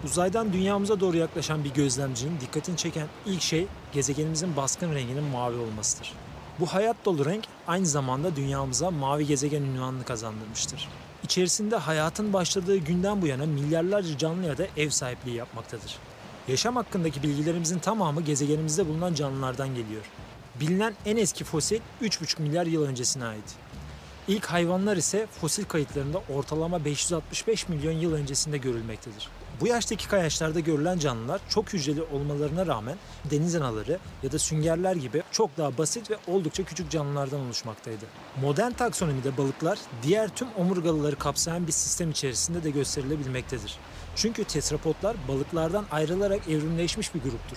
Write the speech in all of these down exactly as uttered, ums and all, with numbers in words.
Uzaydan dünyamıza doğru yaklaşan bir gözlemcinin dikkatini çeken ilk şey gezegenimizin baskın renginin mavi olmasıdır. Bu hayat dolu renk aynı zamanda dünyamıza mavi gezegen ünvanını kazandırmıştır. İçerisinde hayatın başladığı günden bu yana milyarlarca canlıya da ev sahipliği yapmaktadır. Yaşam hakkındaki bilgilerimizin tamamı gezegenimizde bulunan canlılardan geliyor. Bilinen en eski fosil üç buçuk milyar yıl öncesine ait. İlk hayvanlar ise fosil kayıtlarında ortalama beş yüz altmış beş milyon yıl öncesinde görülmektedir. Bu yaştaki kayaçlarda görülen canlılar çok hücreli olmalarına rağmen deniz anaları ya da süngerler gibi çok daha basit ve oldukça küçük canlılardan oluşmaktaydı. Modern taksonomide balıklar diğer tüm omurgalıları kapsayan bir sistem içerisinde de gösterilebilmektedir. Çünkü tetrapodlar balıklardan ayrılarak evrimleşmiş bir gruptur.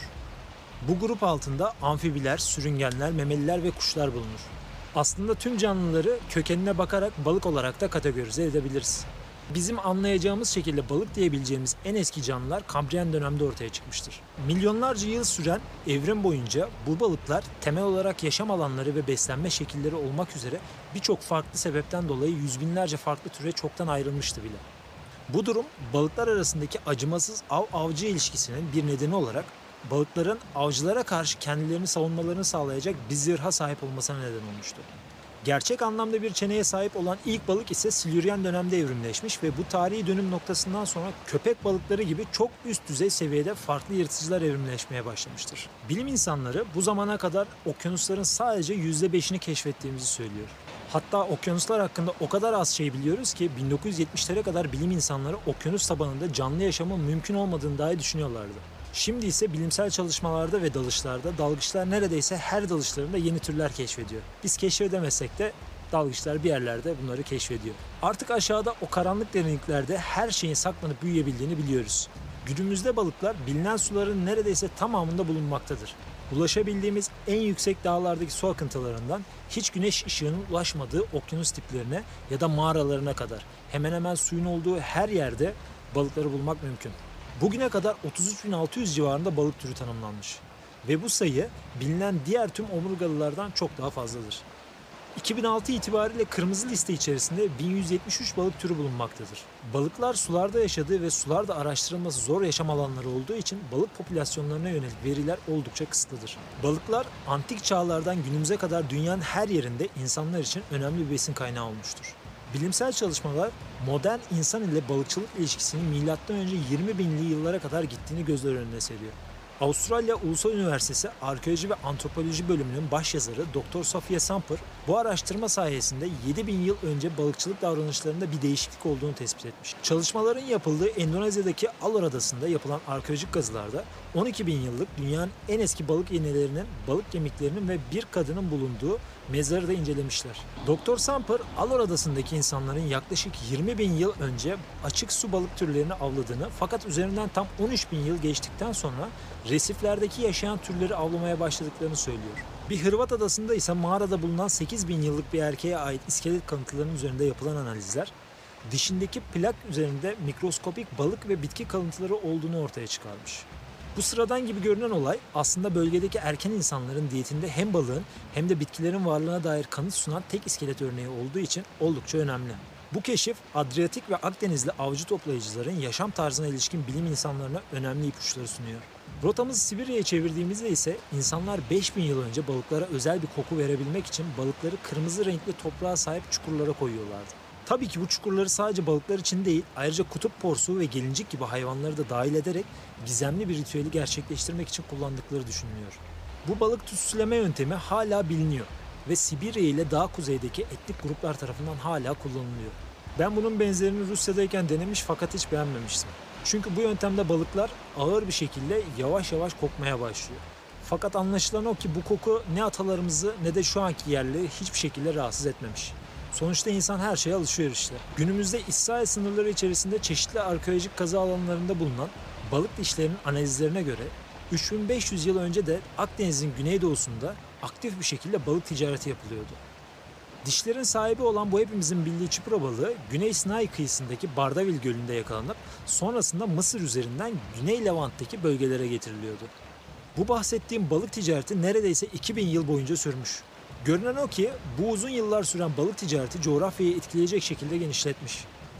Bu grup altında amfibiler, sürüngenler, memeliler ve kuşlar bulunur. Aslında tüm canlıları kökenine bakarak balık olarak da kategorize edebiliriz. Bizim anlayacağımız şekilde balık diyebileceğimiz en eski canlılar Kambriyen dönemde ortaya çıkmıştır. Milyonlarca yıl süren evrim boyunca bu balıklar temel olarak yaşam alanları ve beslenme şekilleri olmak üzere birçok farklı sebepten dolayı yüz binlerce farklı türe çoktan ayrılmıştı bile. Bu durum balıklar arasındaki acımasız av-avcı ilişkisinin bir nedeni olarak balıkların avcılara karşı kendilerini savunmalarını sağlayacak bir zırha sahip olmasına neden olmuştu. Gerçek anlamda bir çeneye sahip olan ilk balık ise Silüryen dönemde evrimleşmiş ve bu tarihi dönüm noktasından sonra köpek balıkları gibi çok üst düzey seviyede farklı yırtıcılar evrimleşmeye başlamıştır. Bilim insanları bu zamana kadar okyanusların sadece yüzde beşini keşfettiğimizi söylüyor. Hatta okyanuslar hakkında o kadar az şey biliyoruz ki bin dokuz yüz yetmişlere kadar bilim insanları okyanus tabanında canlı yaşamın mümkün olmadığını dahi düşünüyorlardı. Şimdi ise bilimsel çalışmalarda ve dalışlarda dalgıçlar neredeyse her dalışlarında yeni türler keşfediyor. Biz keşfedemesek de dalgıçlar bir yerlerde bunları keşfediyor. Artık aşağıda o karanlık derinliklerde her şeyin saklanıp büyüyebildiğini biliyoruz. Günümüzde balıklar bilinen suların neredeyse tamamında bulunmaktadır. Ulaşabildiğimiz en yüksek dağlardaki su akıntılarından hiç güneş ışığının ulaşmadığı okyanus diplerine ya da mağaralarına kadar hemen hemen suyun olduğu her yerde balıkları bulmak mümkün. Bugüne kadar otuz üç bin altı yüz civarında balık türü tanımlanmış ve bu sayı bilinen diğer tüm omurgalılardan çok daha fazladır. iki bin altı itibariyle kırmızı liste içerisinde bin yüz yetmiş üç balık türü bulunmaktadır. Balıklar sularda yaşadığı ve sularda araştırılması zor yaşam alanları olduğu için balık popülasyonlarına yönelik veriler oldukça kısıtlıdır. Balıklar antik çağlardan günümüze kadar dünyanın her yerinde insanlar için önemli bir besin kaynağı olmuştur. Bilimsel çalışmalar modern insan ile balıkçılık ilişkisinin milattan önce yirmi binli yıllara kadar gittiğini gözler önüne seriyor. Avustralya Ulusal Üniversitesi Arkeoloji ve Antropoloji bölümünün başyazarı doktor Sophia Samper bu araştırma sayesinde yedi bin yıl önce balıkçılık davranışlarında bir değişiklik olduğunu tespit etmiş. Çalışmaların yapıldığı Endonezya'daki Alor Adası'nda yapılan arkeolojik kazılarda on iki bin yıllık dünyanın en eski balık iğnelerinin, balık kemiklerinin ve bir kadının bulunduğu mezarı da incelemişler. doktor Samper, Alor Adası'ndaki insanların yaklaşık yirmi bin yıl önce açık su balık türlerini avladığını fakat üzerinden tam on üç bin yıl geçtikten sonra resiflerdeki yaşayan türleri avlamaya başladıklarını söylüyor. Bir Hırvat adasında ise mağarada bulunan sekiz bin yıllık bir erkeğe ait iskelet kalıntılarının üzerinde yapılan analizler, dişindeki plak üzerinde mikroskopik balık ve bitki kalıntıları olduğunu ortaya çıkarmış. Bu sıradan gibi görünen olay aslında bölgedeki erken insanların diyetinde hem balığın hem de bitkilerin varlığına dair kanıt sunan tek iskelet örneği olduğu için oldukça önemli. Bu keşif Adriyatik ve Akdenizli avcı toplayıcıların yaşam tarzına ilişkin bilim insanlarına önemli ipuçları sunuyor. Rotamızı Sibirya'ya çevirdiğimizde ise insanlar beş bin yıl önce balıklara özel bir koku verebilmek için balıkları kırmızı renkli toprağa sahip çukurlara koyuyorlardı. Tabii ki bu çukurları sadece balıklar için değil, ayrıca kutup porsuğu ve gelincik gibi hayvanları da dahil ederek gizemli bir ritüeli gerçekleştirmek için kullandıkları düşünülüyor. Bu balık tütsüleme yöntemi hala biliniyor ve Sibirya ile daha kuzeydeki etnik gruplar tarafından hala kullanılıyor. Ben bunun benzerini Rusya'dayken denemiş fakat hiç beğenmemiştim. Çünkü bu yöntemde balıklar ağır bir şekilde yavaş yavaş kokmaya başlıyor. Fakat anlaşılan o ki bu koku ne atalarımızı ne de şu anki yerleri hiçbir şekilde rahatsız etmemiş. Sonuçta insan her şeye alışıyor işte. Günümüzde İsrail sınırları içerisinde çeşitli arkeolojik kazı alanlarında bulunan balık dişlerinin analizlerine göre üç bin beş yüz yıl önce de Akdeniz'in güneydoğusunda aktif bir şekilde balık ticareti yapılıyordu. Dişlerin sahibi olan bu hepimizin bildiği çupra balığı Güney Sinay kıyısındaki Bardavil Gölü'nde yakalanıp sonrasında Mısır üzerinden Güney Levant'taki bölgelere getiriliyordu. Bu bahsettiğim balık ticareti neredeyse iki bin yıl boyunca sürmüş. Görünen o ki bu uzun yıllar süren balık ticareti coğrafyayı etkileyecek şekilde genişletmiş.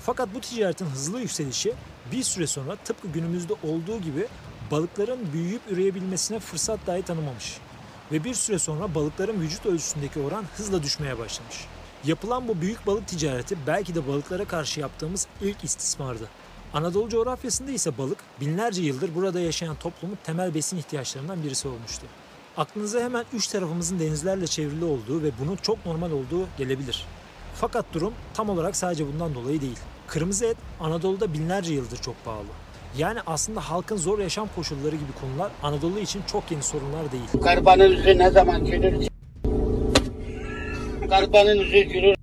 Fakat bu ticaretin hızlı yükselişi bir süre sonra tıpkı günümüzde olduğu gibi balıkların büyüyüp üreyebilmesine fırsat dahi tanımamış. Ve bir süre sonra balıkların vücut ölçüsündeki oran hızla düşmeye başlamış. Yapılan bu büyük balık ticareti belki de balıklara karşı yaptığımız ilk istismardı. Anadolu coğrafyasında ise balık binlerce yıldır burada yaşayan toplumun temel besin ihtiyaçlarından birisi olmuştu. Aklınıza hemen üç tarafımızın denizlerle çevrili olduğu ve bunun çok normal olduğu gelebilir. Fakat durum tam olarak sadece bundan dolayı değil. Kırmızı et Anadolu'da binlerce yıldır çok pahalı. Yani aslında halkın zor yaşam koşulları gibi konular Anadolu için çok yeni sorunlar değil. Karpanın yüzü ne zaman gülür? Karpanın yüzü gülür.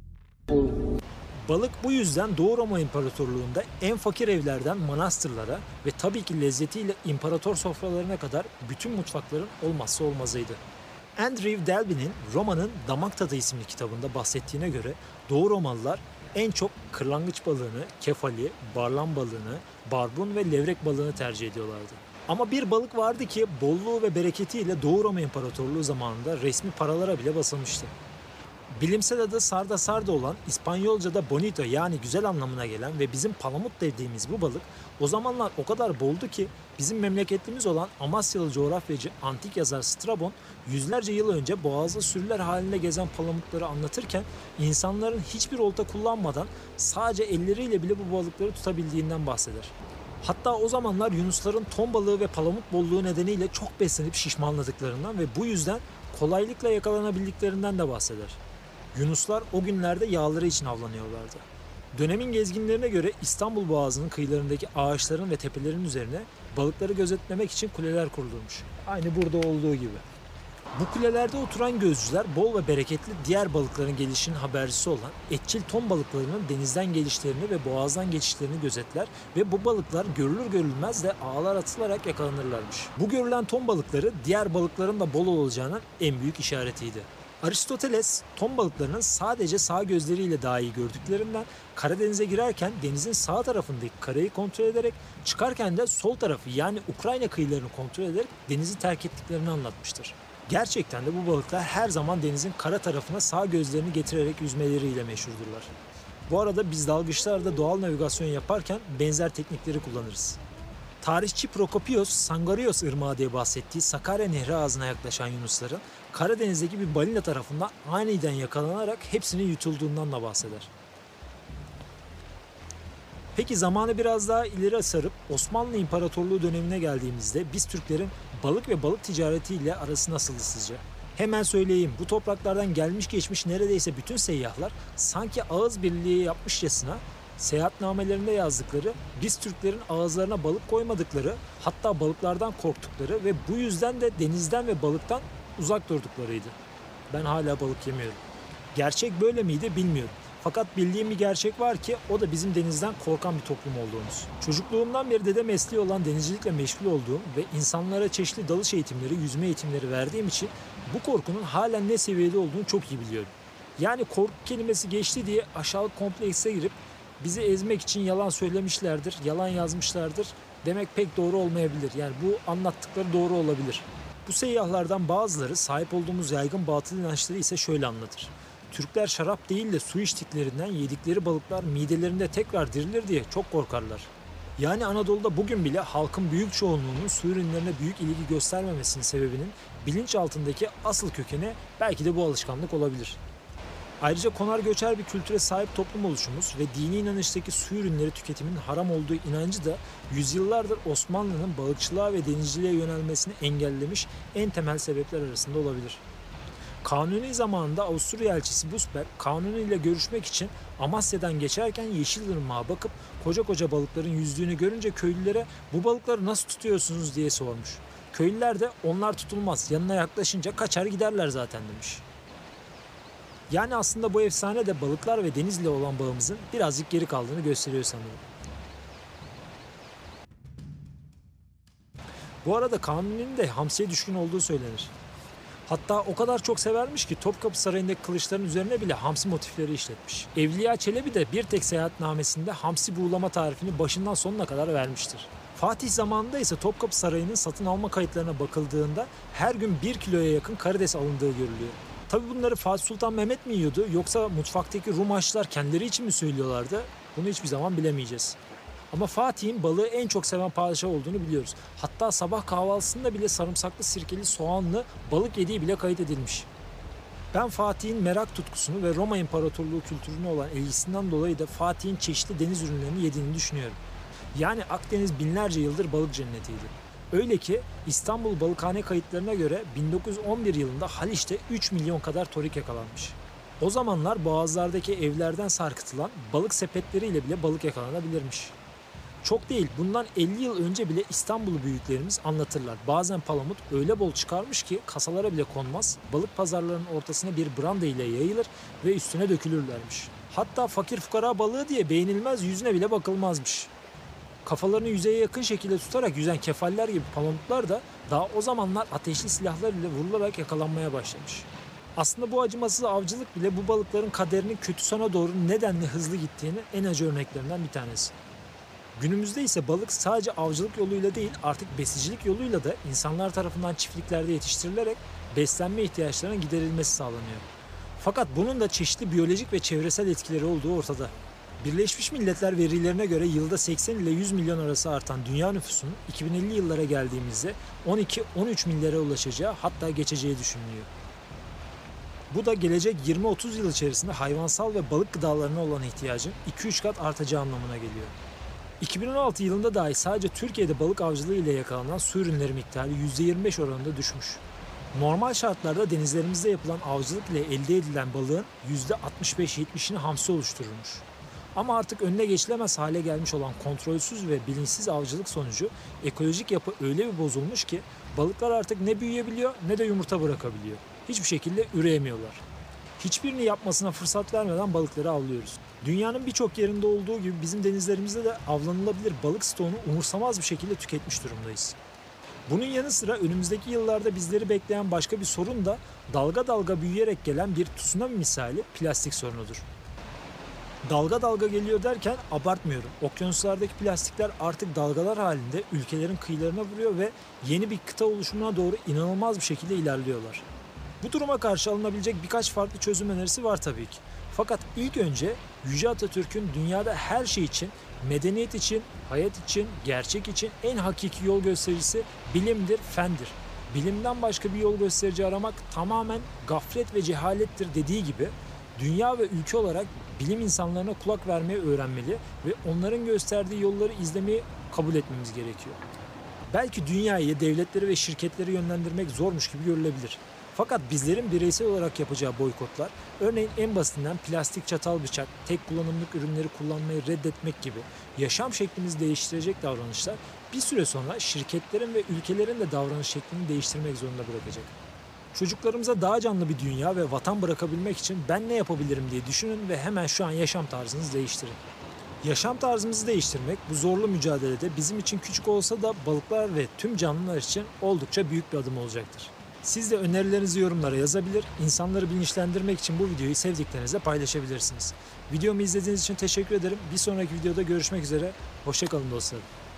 Balık bu yüzden Doğu Roma İmparatorluğu'nda en fakir evlerden manastırlara ve tabii ki lezzetiyle imparator sofralarına kadar bütün mutfakların olmazsa olmazıydı. Andrew Delby'nin Roma'nın Damak Tadı isimli kitabında bahsettiğine göre Doğu Romalılar en çok kırlangıç balığını, kefali, barlan balığını, barbun ve levrek balığını tercih ediyorlardı. Ama bir balık vardı ki bolluğu ve bereketiyle Doğu Roma İmparatorluğu zamanında resmi paralara bile basılmıştı. Bilimsel adı sarda sarda olan, İspanyolca'da bonito yani güzel anlamına gelen ve bizim palamut dediğimiz bu balık o zamanlar o kadar boldu ki bizim memleketlimiz olan Amasyalı coğrafyacı antik yazar Strabon yüzlerce yıl önce boğazda sürüler halinde gezen palamutları anlatırken insanların hiçbir olta kullanmadan sadece elleriyle bile bu balıkları tutabildiğinden bahseder. Hatta o zamanlar yunusların ton balığı ve palamut bolluğu nedeniyle çok beslenip şişmanladıklarından ve bu yüzden kolaylıkla yakalanabildiklerinden de bahseder. Yunuslar o günlerde yağları için avlanıyorlardı. Dönemin gezginlerine göre İstanbul Boğazı'nın kıyılarındaki ağaçların ve tepelerin üzerine balıkları gözetlemek için kuleler kurulmuş. Aynı burada olduğu gibi. Bu kulelerde oturan gözcüler bol ve bereketli diğer balıkların gelişinin habercisi olan etçil ton balıklarının denizden gelişlerini ve boğazdan geçişlerini gözetler ve bu balıklar görülür görülmez de ağlar atılarak yakalanırlarmış. Bu görülen ton balıkları diğer balıkların da bol olacağının en büyük işaretiydi. Aristoteles ton balıklarının sadece sağ gözleriyle daha iyi gördüklerinden Karadeniz'e girerken denizin sağ tarafındaki karayı kontrol ederek çıkarken de sol tarafı yani Ukrayna kıyılarını kontrol ederek denizi terk ettiklerini anlatmıştır. Gerçekten de bu balıklar her zaman denizin kara tarafına sağ gözlerini getirerek yüzmeleriyle meşhurdurlar. Bu arada biz dalgıçlar doğal navigasyon yaparken benzer teknikleri kullanırız. Tarihçi Prokopios, Sangarios Irmağı diye bahsettiği Sakarya Nehri ağzına yaklaşan yunusların Karadeniz'deki bir balina tarafından aniden yakalanarak hepsinin yutulduğundan da bahseder. Peki zamanı biraz daha ileri sarıp Osmanlı İmparatorluğu dönemine geldiğimizde biz Türklerin balık ve balık ticaretiyle arası nasıldı sizce? Hemen söyleyeyim, bu topraklardan gelmiş geçmiş neredeyse bütün seyyahlar sanki ağız birliği yapmışçasına seyahatnamelerinde yazdıkları biz Türklerin ağızlarına balık koymadıkları, hatta balıklardan korktukları ve bu yüzden de denizden ve balıktan uzak durduklarıydı. Ben hala balık yemiyorum. Gerçek böyle miydi bilmiyorum. Fakat bildiğim bir gerçek var ki o da bizim denizden korkan bir toplum olduğumuz. Çocukluğumdan beri dede mesleği olan denizcilikle meşgul olduğum ve insanlara çeşitli dalış eğitimleri, yüzme eğitimleri verdiğim için bu korkunun halen ne seviyede olduğunu çok iyi biliyorum. Yani korku kelimesi geçti diye aşağılık komplekse girip bizi ezmek için yalan söylemişlerdir, yalan yazmışlardır demek pek doğru olmayabilir. Yani bu anlattıkları doğru olabilir. Bu seyyahlardan bazıları sahip olduğumuz yaygın batıl inançları ise şöyle anlatır. Türkler şarap değil de su içtiklerinden yedikleri balıklar midelerinde tekrar dirilir diye çok korkarlar. Yani Anadolu'da bugün bile halkın büyük çoğunluğunun su ürünlerine büyük ilgi göstermemesinin sebebinin bilinç altındaki asıl kökeni belki de bu alışkanlık olabilir. Ayrıca konar göçer bir kültüre sahip toplum oluşumuz ve dini inanıştaki su ürünleri tüketiminin haram olduğu inancı da yüzyıllardır Osmanlı'nın balıkçılığa ve denizciliğe yönelmesini engellemiş en temel sebepler arasında olabilir. Kanuni zamanında Avusturya elçisi Busberg, Kanuni ile görüşmek için Amasya'dan geçerken Yeşilırmak'a bakıp koca koca balıkların yüzdüğünü görünce köylülere bu balıkları nasıl tutuyorsunuz diye sormuş. Köylüler de onlar tutulmaz, yanına yaklaşınca kaçar giderler zaten demiş. Yani aslında bu efsane de balıklar ve denizle olan bağımızın birazcık geri kaldığını gösteriyor sanırım. Bu arada Kanuni'nin de hamsiye düşkün olduğu söylenir. Hatta o kadar çok severmiş ki Topkapı Sarayı'ndaki kılıçların üzerine bile hamsi motifleri işletmiş. Evliya Çelebi de bir tek seyahatnamesinde hamsi buğulama tarifini başından sonuna kadar vermiştir. Fatih zamanında ise Topkapı Sarayı'nın satın alma kayıtlarına bakıldığında her gün bir kiloya yakın karides alındığı görülüyor. Tabi bunları Fatih Sultan Mehmet mi yiyordu yoksa mutfaktaki Rum aşçılar kendileri için mi söylüyorlardı? Bunu hiçbir zaman bilemeyeceğiz. Ama Fatih'in balığı en çok seven padişah olduğunu biliyoruz. Hatta sabah kahvaltısında bile sarımsaklı, sirkeli, soğanlı balık yediği bile kayıt edilmiş. Ben Fatih'in merak tutkusunu ve Roma İmparatorluğu kültürüne olan ilgisinden dolayı da Fatih'in çeşitli deniz ürünlerini yediğini düşünüyorum. Yani Akdeniz binlerce yıldır balık cennetiydi. Öyle ki İstanbul Balıkhane kayıtlarına göre bin dokuz yüz on bir yılında Haliç'te üç milyon kadar torik yakalanmış. O zamanlar boğazlardaki evlerden sarkıtılan balık sepetleriyle bile balık yakalanabilirmiş. Çok değil, bundan elli yıl önce bile İstanbullu büyüklerimiz anlatırlar. Bazen palamut öyle bol çıkarmış ki kasalara bile konmaz, balık pazarlarının ortasına bir branda ile yayılır ve üstüne dökülürlermiş. Hatta fakir fukara balığı diye beğenilmez, yüzüne bile bakılmazmış. Kafalarını yüzeye yakın şekilde tutarak yüzen kefaller gibi palamutlar da daha o zamanlar ateşli silahlar ile vurularak yakalanmaya başlamış. Aslında bu acımasız avcılık bile bu balıkların kaderinin kötü sona doğru nedenle hızlı gittiğini en acı örneklerinden bir tanesi. Günümüzde ise balık sadece avcılık yoluyla değil artık besicilik yoluyla da insanlar tarafından çiftliklerde yetiştirilerek beslenme ihtiyaçlarının giderilmesi sağlanıyor. Fakat bunun da çeşitli biyolojik ve çevresel etkileri olduğu ortada. Birleşmiş Milletler verilerine göre yılda seksen ile yüz milyon arası artan dünya nüfusunun iki bin elli yıllara geldiğimizde on iki on üç milyara ulaşacağı, hatta geçeceği düşünülüyor. Bu da gelecek yirmi otuz yıl içerisinde hayvansal ve balık gıdalarına olan ihtiyacın iki üç kat artacağı anlamına geliyor. iki bin on altı yılında dahi sadece Türkiye'de balık avcılığı ile yakalanan su ürünleri miktarı yüzde yirmi beş oranında düşmüş. Normal şartlarda denizlerimizde yapılan avcılık ile elde edilen balığın yüzde altmış beş yetmişini hamsi oluştururmuş. Ama artık önüne geçilemez hale gelmiş olan kontrolsüz ve bilinçsiz avcılık sonucu ekolojik yapı öyle bir bozulmuş ki balıklar artık ne büyüyebiliyor ne de yumurta bırakabiliyor. Hiçbir şekilde üreyemiyorlar. Hiçbirini yapmasına fırsat vermeden balıkları avlıyoruz. Dünyanın birçok yerinde olduğu gibi bizim denizlerimizde de avlanılabilir balık stoğunu umursamaz bir şekilde tüketmiş durumdayız. Bunun yanı sıra önümüzdeki yıllarda bizleri bekleyen başka bir sorun da dalga dalga büyüyerek gelen bir tsunami misali plastik sorunudur. Dalga dalga geliyor derken abartmıyorum. Okyanuslardaki plastikler artık dalgalar halinde ülkelerin kıyılarına vuruyor ve yeni bir kıta oluşumuna doğru inanılmaz bir şekilde ilerliyorlar. Bu duruma karşı alınabilecek birkaç farklı çözüm önerisi var tabii ki. Fakat ilk önce Yüce Atatürk'ün dünyada her şey için, medeniyet için, hayat için, gerçek için en hakiki yol göstericisi bilimdir, fendir. Bilimden başka bir yol gösterici aramak tamamen gaflet ve cehalettir dediği gibi dünya ve ülke olarak bilim insanlarına kulak vermeyi öğrenmeli ve onların gösterdiği yolları izlemeyi kabul etmemiz gerekiyor. Belki dünyayı, devletleri ve şirketleri yönlendirmek zormuş gibi görülebilir. Fakat bizlerin bireysel olarak yapacağı boykotlar, örneğin en basitinden plastik çatal bıçak, tek kullanımlık ürünleri kullanmayı reddetmek gibi yaşam şeklimizi değiştirecek davranışlar bir süre sonra şirketlerin ve ülkelerin de davranış şeklini değiştirmek zorunda bırakacak. Çocuklarımıza daha canlı bir dünya ve vatan bırakabilmek için ben ne yapabilirim diye düşünün ve hemen şu an yaşam tarzınızı değiştirin. Yaşam tarzımızı değiştirmek bu zorlu mücadelede bizim için küçük olsa da balıklar ve tüm canlılar için oldukça büyük bir adım olacaktır. Siz de önerilerinizi yorumlara yazabilir, insanları bilinçlendirmek için bu videoyu sevdiklerinizle paylaşabilirsiniz. Videomu izlediğiniz için teşekkür ederim. Bir sonraki videoda görüşmek üzere. Hoşça kalın dostlarım.